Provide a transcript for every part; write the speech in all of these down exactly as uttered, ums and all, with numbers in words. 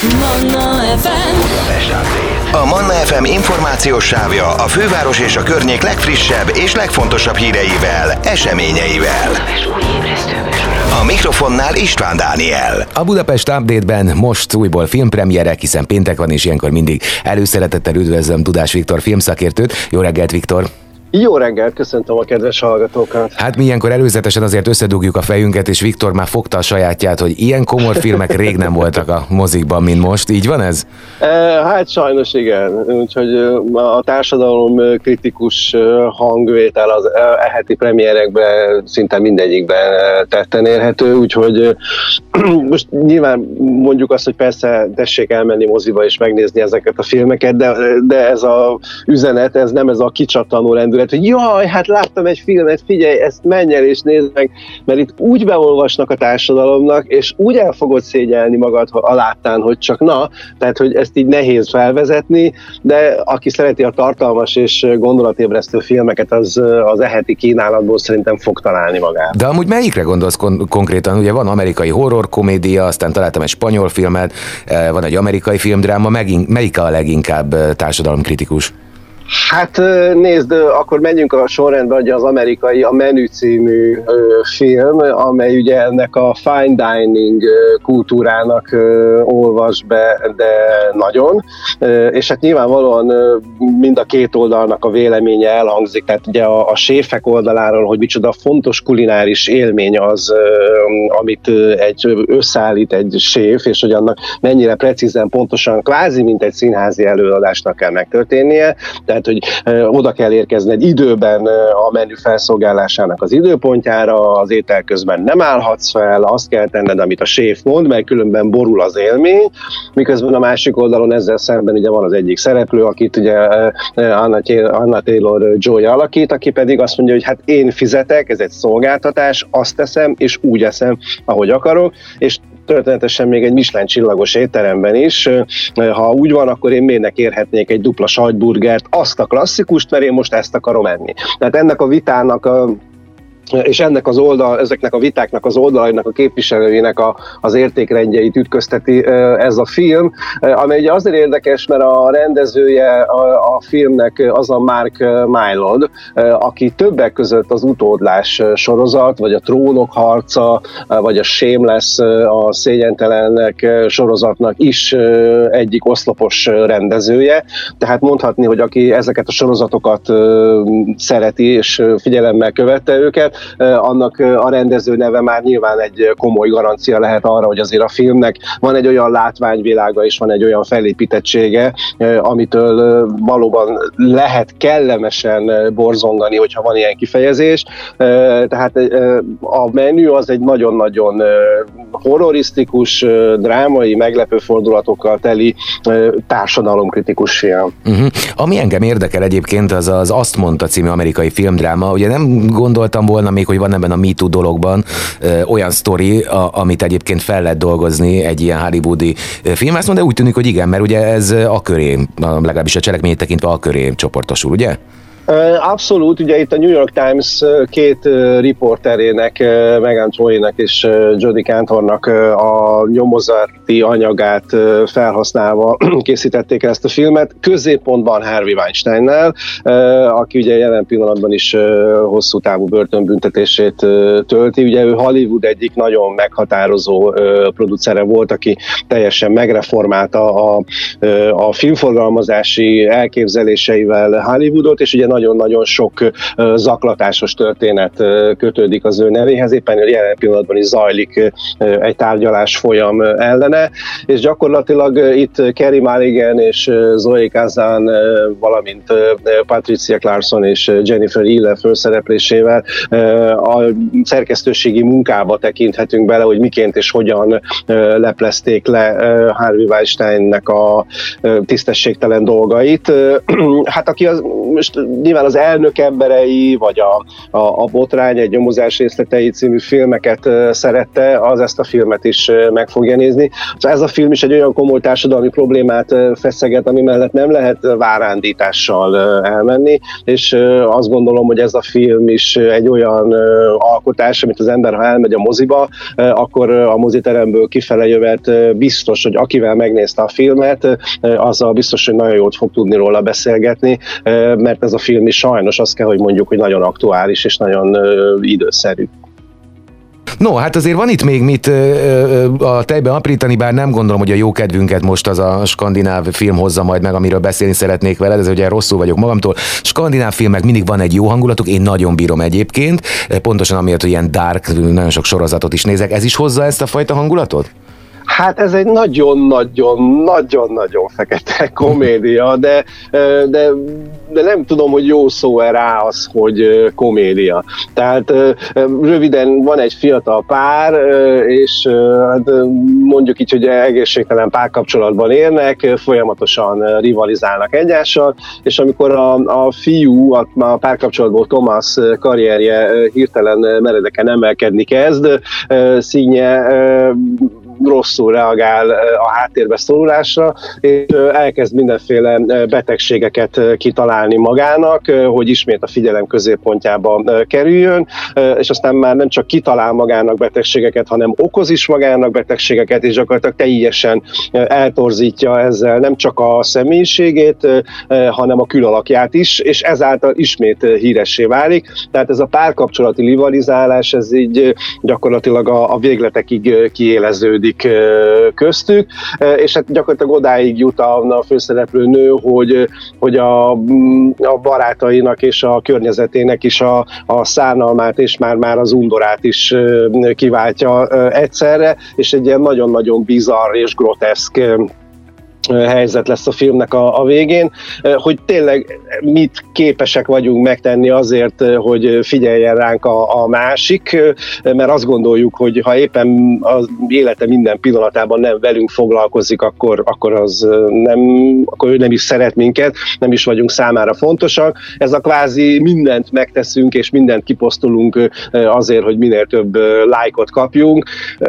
Manna ef em. A Manna ef em információs sávja a főváros és a környék legfrissebb és legfontosabb híreivel, eseményeivel. A mikrofonnál István Dániel. A Budapest Update-ben most újból filmpremierek, hiszen péntek van, és ilyenkor mindig előszeretettel üdvözlöm Dudás Viktor filmszakértőt. Jó reggelt, Viktor! Jó reggelt, köszöntöm a kedves hallgatókat! Hát mi ilyenkor előzetesen azért összedugjuk a fejünket, és Viktor már fogta a sajátját, hogy ilyen komoly filmek rég nem voltak a mozikban, mint most. Így van ez? E, hát sajnos igen. Úgyhogy a társadalom kritikus hangvétel az e heti premierekben szinte mindegyikben tetten érhető, úgyhogy most nyilván mondjuk azt, hogy persze tessék elmenni moziba és megnézni ezeket a filmeket, de, de ez az üzenet, ez nem ez a kicsattanó rendület, hogy jaj, hát láttam egy filmet, figyelj, ezt menj el és nézd meg, mert itt úgy beolvasnak a társadalomnak, és úgy el fogod szégyelni magad a láttán, hogy csak na, tehát, hogy ezt így nehéz felvezetni, de aki szereti a tartalmas és gondolatébresztő filmeket, az, az eheti kínálatból szerintem fog találni magát. De amúgy melyikre gondolsz kon- konkrétan? Ugye van amerikai horror komédia, aztán találtam egy spanyol filmet, van egy amerikai filmdráma, megint, melyik a leginkább társadalomkritikus? Hát nézd, akkor menjünk a sorrendbe, hogy az amerikai, a Menü című ö, film, amely ugye ennek a fine dining kultúrának ö, olvas be, de nagyon, ö, és hát nyilvánvalóan ö, mind a két oldalnak a véleménye elhangzik, tehát ugye a, a séfek oldaláról, hogy micsoda fontos kulináris élmény az, ö, amit ö, egy összeállít egy séf, és hogy annak mennyire precízen, pontosan, kvázi mint egy színházi előadásnak kell megtörténnie, tehát hogy ö, oda kell érkezni egy időben ö, a menü felszolgálásának az időpontjára, az étel közben nem állhatsz fel, azt kell tenned, amit a séf mond, mert különben borul az élmény, miközben a másik oldalon ezzel szemben ugye van az egyik szereplő, akit ugye Anna, Anna Taylor-Joy alakít, aki pedig azt mondja, hogy hát én fizetek, ez egy szolgáltatás, azt teszem, és úgy eszem, ahogy akarok, és történetesen még egy Michelin csillagos étteremben is. Ha úgy van, akkor én miért ne kérhetnék egy dupla sajtburgert, azt a klasszikust, mert én most ezt akarom enni. Tehát ennek a vitának a és ennek az oldal, ezeknek a vitáknak az oldalainak a képviselőinek a, az értékrendjeit ütközteti ez a film, amely ugye azért érdekes, mert a rendezője a, a filmnek az a Mark Mylod, aki többek között az Utódlás sorozat, vagy a Trónok harca, vagy a Shameless, a Szégyentelenek sorozatnak is egyik oszlopos rendezője, tehát mondhatni, hogy aki ezeket a sorozatokat szereti és figyelemmel követte őket, annak a rendező neve már nyilván egy komoly garancia lehet arra, hogy azért a filmnek van egy olyan látványvilága és van egy olyan felépítettsége, amitől valóban lehet kellemesen borzongani, hogyha van ilyen kifejezés. Tehát a menü az egy nagyon-nagyon horrorisztikus, drámai, meglepő fordulatokkal teli társadalomkritikus film. Uh-huh. Ami engem érdekel egyébként, az az Azt mondta című amerikai filmdráma. Ugye nem gondoltam volna még, hogy van ebben a Me Too dologban ö, olyan sztori, a, amit egyébként fel lehet dolgozni egy ilyen hollywoodi filmvászon, de úgy tűnik, hogy igen, mert ugye ez a köré, legalábbis a cselekményét tekintve a köré csoportosul, ugye? Abszolút, ugye itt a New York Times két riporterének, Megan Troynak és Jodie Cantornak a nyomozati anyagát felhasználva készítették ezt a filmet, középpontban Harvey Weinsteinnel, aki ugye jelen pillanatban is hosszú távú börtönbüntetését tölti. Ugye ő Hollywood egyik nagyon meghatározó producere volt, aki teljesen megreformálta a, a filmforgalmazási elképzeléseivel Hollywoodot, és ugye nagyon-nagyon sok zaklatásos történet kötődik az ő nevéhez, éppen jelen pillanatban is zajlik egy tárgyalás folyam ellene, és gyakorlatilag itt Carey Mulligan és Zoe Kazan, valamint Patricia Clarkson és Jennifer Ehle főszereplésével a szerkesztőségi munkába tekinthetünk bele, hogy miként és hogyan leplezték le Harvey Weinsteinnek a tisztességtelen dolgait. Hát aki az, most nyilván az Elnök emberei, vagy a, a, a Botrány, egy nyomozás részletei című filmeket szerette, az ezt a filmet is meg fogja nézni. Szóval ez a film is egy olyan komoly társadalmi problémát feszeget, ami mellett nem lehet várándítással elmenni, és azt gondolom, hogy ez a film is egy olyan alkotás, amit az ember, ha elmegy a moziba, akkor a moziteremből kifele jövet biztos, hogy akivel megnézte a filmet, azzal biztos, hogy nagyon jót fog tudni róla beszélgetni, mert ez a film is sajnos azt kell, hogy mondjuk, hogy nagyon aktuális és nagyon időszerű. No, hát azért van itt még mit a tejben aprítani, bár nem gondolom, hogy a jó kedvünket most az a skandináv film hozza majd meg, amiről beszélni szeretnék veled, ez ugye rosszul vagyok magamtól. Skandináv filmek mindig van egy jó hangulatuk, én nagyon bírom egyébként, pontosan amiatt, hogy ilyen dark, nagyon sok sorozatot is nézek. Ez is hozza ezt a fajta hangulatot? Hát ez egy nagyon-nagyon-nagyon-nagyon fekete komédia, de, de, de nem tudom, hogy jó szó-e rá az, hogy komédia. Tehát röviden van egy fiatal pár, és hát mondjuk így, hogy egészségtelen párkapcsolatban élnek, folyamatosan rivalizálnak egymással, és amikor a, a fiú, a, a párkapcsolatból Thomas karrierje hirtelen meredeken emelkedni kezd, színje rosszul reagál a háttérbe szorulásra, és elkezd mindenféle betegségeket kitalálni magának, hogy ismét a figyelem középpontjába kerüljön, és aztán már nem csak kitalál magának betegségeket, hanem okoz is magának betegségeket, és gyakorlatilag teljesen eltorzítja ezzel nem csak a személyiségét, hanem a külalakját is, és ezáltal ismét híressé válik. Tehát ez a párkapcsolati rivalizálás, ez így gyakorlatilag a, a végletekig kiéleződik köztük, és hát gyakorlatilag odáig jut a, a főszereplő nő, hogy, hogy a, a barátainak és a környezetének is a, a szánalmát és már-már az undorát is kiváltja egyszerre, és egy ilyen nagyon-nagyon bizarr és groteszk helyzet lesz a filmnek a, a végén, hogy tényleg mit képesek vagyunk megtenni azért, hogy figyeljen ránk a, a másik, mert azt gondoljuk, hogy ha éppen az élete minden pillanatában nem velünk foglalkozik, akkor, akkor az nem, akkor ő nem is szeret minket, nem is vagyunk számára fontosak. Ez a kvázi mindent megteszünk, és mindent kiposztolunk azért, hogy minél több lájkot kapjunk.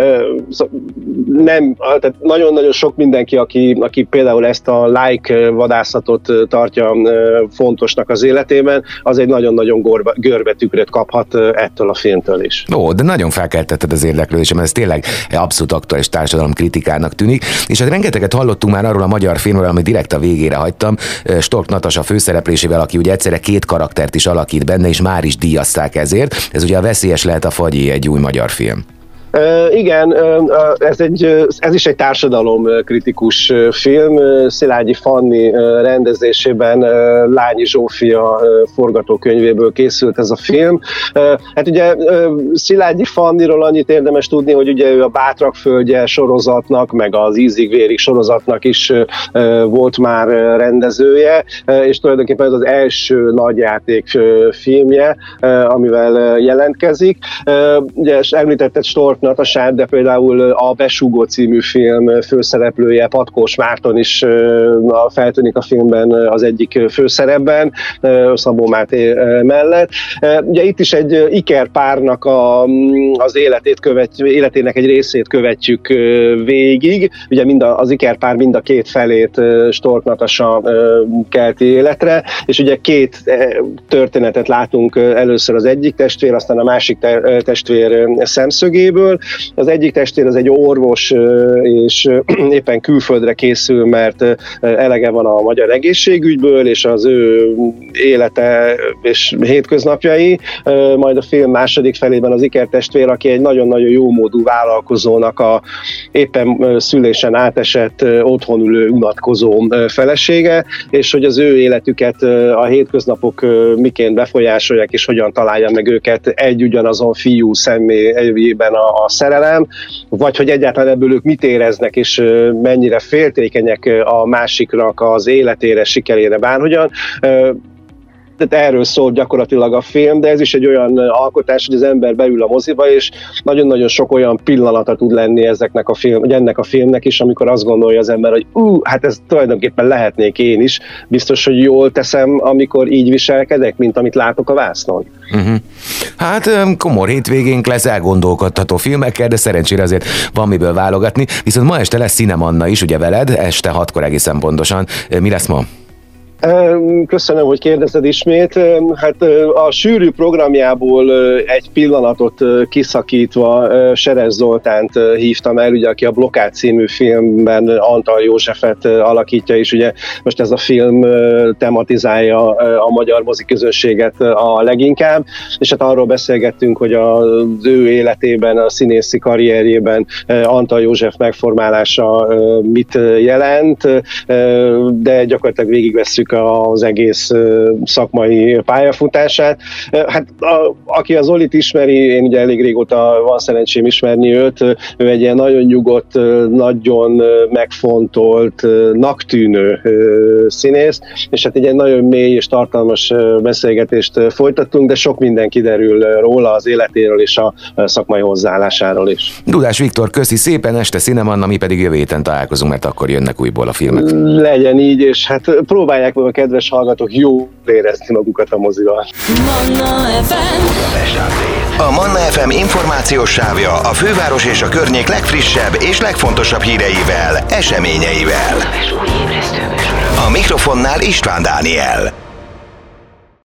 Nem, tehát nagyon-nagyon sok mindenki, aki, aki például ezt a like vadászatot tartja fontosnak az életében, az egy nagyon-nagyon görbetükröt kaphat ettől a filmtől is. Ó, de nagyon felkeltetted az érdeklődésem, ez tényleg abszolút aktuális társadalomkritikának tűnik, és hát rengeteget hallottunk már arról a magyar filmről, amit direkt a végére hagytam, Stork Natasha főszereplésével, aki ugye egyszerre két karaktert is alakít benne, és már is díjazták ezért. Ez ugye a Veszélyes lehet a fagyi, egy új magyar film. Uh, igen, uh, ez, egy, ez is egy társadalomkritikus film. Szilágyi Fanni uh, rendezésében uh, Lányi Zsófia uh, forgatókönyvéből készült ez a film. Uh, hát ugye uh, Szilágyi Fanniról annyit érdemes tudni, hogy ugye ő a Bátrak földje sorozatnak, meg az Ízig-vérig sorozatnak is uh, volt már rendezője, uh, és tulajdonképpen ez az első nagyjáték uh, filmje, uh, amivel uh, jelentkezik. Uh, ugye említetted Stork Natasát, de például a Besúgó című film főszereplője, Patkós Márton is feltűnik a filmben az egyik főszerepben, Szabó Máté mellett. Ugye itt is egy ikerpárnak a, az életét követjük, életének egy részét követjük végig. Ugye mind a, az ikerpár mind a két felét Stork Natasa kelti életre, és ugye két történetet látunk, először az egyik testvér, aztán a másik testvér szemszögéből. Az egyik testvér az egy orvos, és éppen külföldre készül, mert elege van a magyar egészségügyből, és az ő élete és hétköznapjai. Majd a film második felében az ikertestvér, aki egy nagyon-nagyon jómódú vállalkozónak a éppen szülésen átesett, otthon ülő, unatkozó felesége, és hogy az ő életüket a hétköznapok miként befolyásolják, és hogyan találja meg őket egy ugyanazon fiú személyében a a szerelem, vagy hogy egyáltalán ebből ők mit éreznek, és mennyire féltékenyek a másiknak az életére, sikerére, bárhogyan. tehát erről szól gyakorlatilag a film, de ez is egy olyan alkotás, hogy az ember beül a moziba, és nagyon-nagyon sok olyan pillanata tud lenni ezeknek a film, vagy ennek a filmnek is, amikor azt gondolja az ember, hogy ú, hát ez tulajdonképpen lehetnék én is. Biztos, hogy jól teszem, amikor így viselkedek, mint amit látok a vásznon. Uh-huh. Hát komor hétvégénk lesz elgondolkodható filmekkel, de szerencsére azért van miből válogatni. Viszont ma este lesz Cinemanna is, ugye veled, este hatkor egészen pontosan. Mi lesz ma? Köszönöm, hogy kérdezed ismét. Hát a sűrű programjából egy pillanatot kiszakítva Seres Zoltánt hívtam el, ugye, aki a Blokkád című filmben Antal Józsefet alakítja, és ugye most ez a film tematizálja a magyar moziközönséget a leginkább, és hát arról beszélgettünk, hogy az ő életében, a színészi karrierjében Antal József megformálása mit jelent, de gyakorlatilag végigvesszük az egész szakmai pályafutását. Hát a, aki az Zolit ismeri, én ugye elég régóta van szerencsém ismerni őt, ő egy ilyen nagyon nyugodt, nagyon megfontolt, naktűnő színész, és hát egy ilyen nagyon mély és tartalmas beszélgetést folytattunk, de sok minden kiderül róla, az életéről és a szakmai hozzáállásáról is. Dudás Viktor, köszi szépen, este Cinemanna, mi pedig jövő héten találkozunk, mert akkor jönnek újból a filmek. Legyen így, és hát próbálják meg a kedves hallgatók jó érezni magukat a mozival. Manna ef em. A Manna ef em információs sávja a főváros és a környék legfrissebb és legfontosabb híreivel, eseményeivel. A mikrofonnál István Dániel.